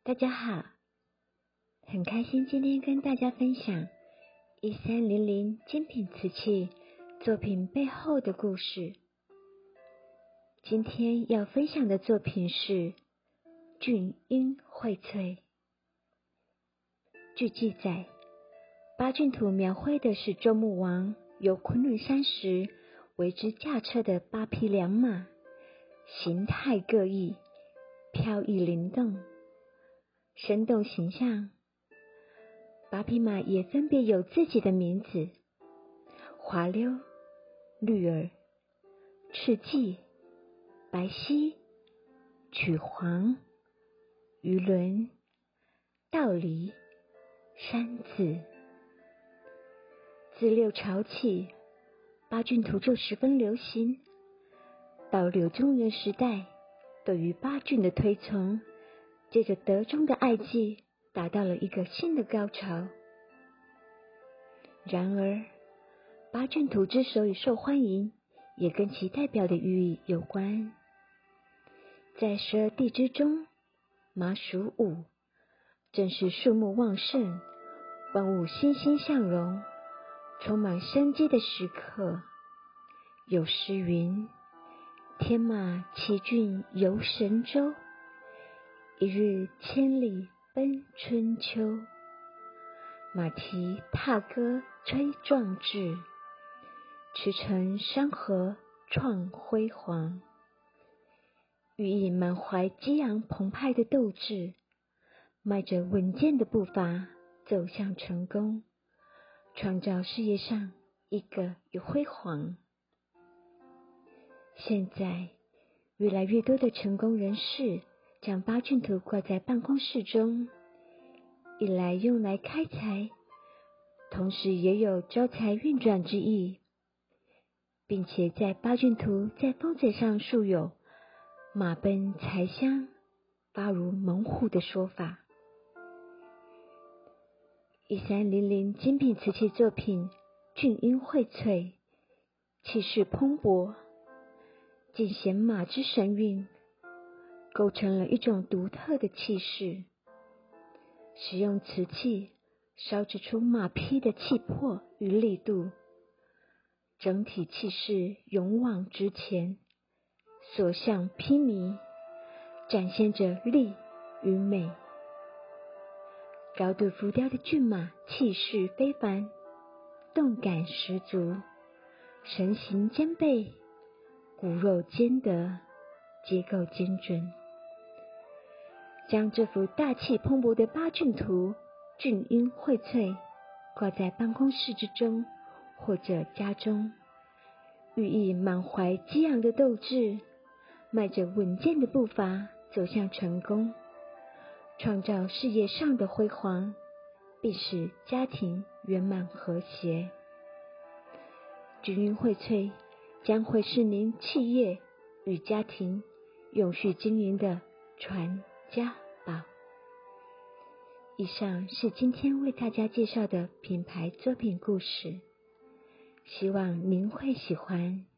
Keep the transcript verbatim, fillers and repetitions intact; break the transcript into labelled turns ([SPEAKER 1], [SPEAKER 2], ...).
[SPEAKER 1] 大家好，很开心今天跟大家分享一三零零精品瓷器作品背后的故事。今天要分享的作品是俊英荟萃。据记载，八骏图描绘的是周穆王由昆仑山时为之驾车的八匹良马，形态各异，飘逸灵动，生动形象。八匹马也分别有自己的名字：滑溜、绿耳、赤骥、白犀、曲黄、鱼伦、道离、山子。自六朝起，八骏图就十分流行。到柳宗元时代，对于八骏的推崇，借着德宗的爱记，达到了一个新的高潮。然而，八骏图之所以受欢迎，也跟其代表的寓意有关。在十二地支中，马属午，正是树木旺盛、万物欣欣向荣、充满生机的时刻。有诗云：天马奇骏游神州，一日千里奔春秋。马蹄踏歌吹壮志，驰骋山河创辉煌。寓意满怀激昂澎湃的斗志，迈着稳健的步伐走向成功，创造事业上一个与辉煌。现在越来越多的成功人士将八骏图挂在办公室中，一来用来开财，同时也有招财运转之意，并且在八骏图在封嘴上竖有马奔财香，发如猛虎的说法。一三零零精品瓷器作品俊英荟萃，气势蓬勃，尽显马之神韵，构成了一种独特的气势。使用瓷器烧制出马匹的气魄与力度，整体气势勇往直前，所向披靡，展现着力与美。高度浮雕的骏马气势非凡，动感十足，身形兼备，骨肉兼得，结构精准。将这幅大气磅礴的八骏图俊英荟萃挂在办公室之中或者家中，寓意满怀激昂的斗志，迈着稳健的步伐走向成功，创造事业上的辉煌，并使家庭圆满和谐。俊英荟萃将会是您企业与家庭永续经营的传家宝。以上是今天为大家介绍的品牌作品故事，希望您会喜欢。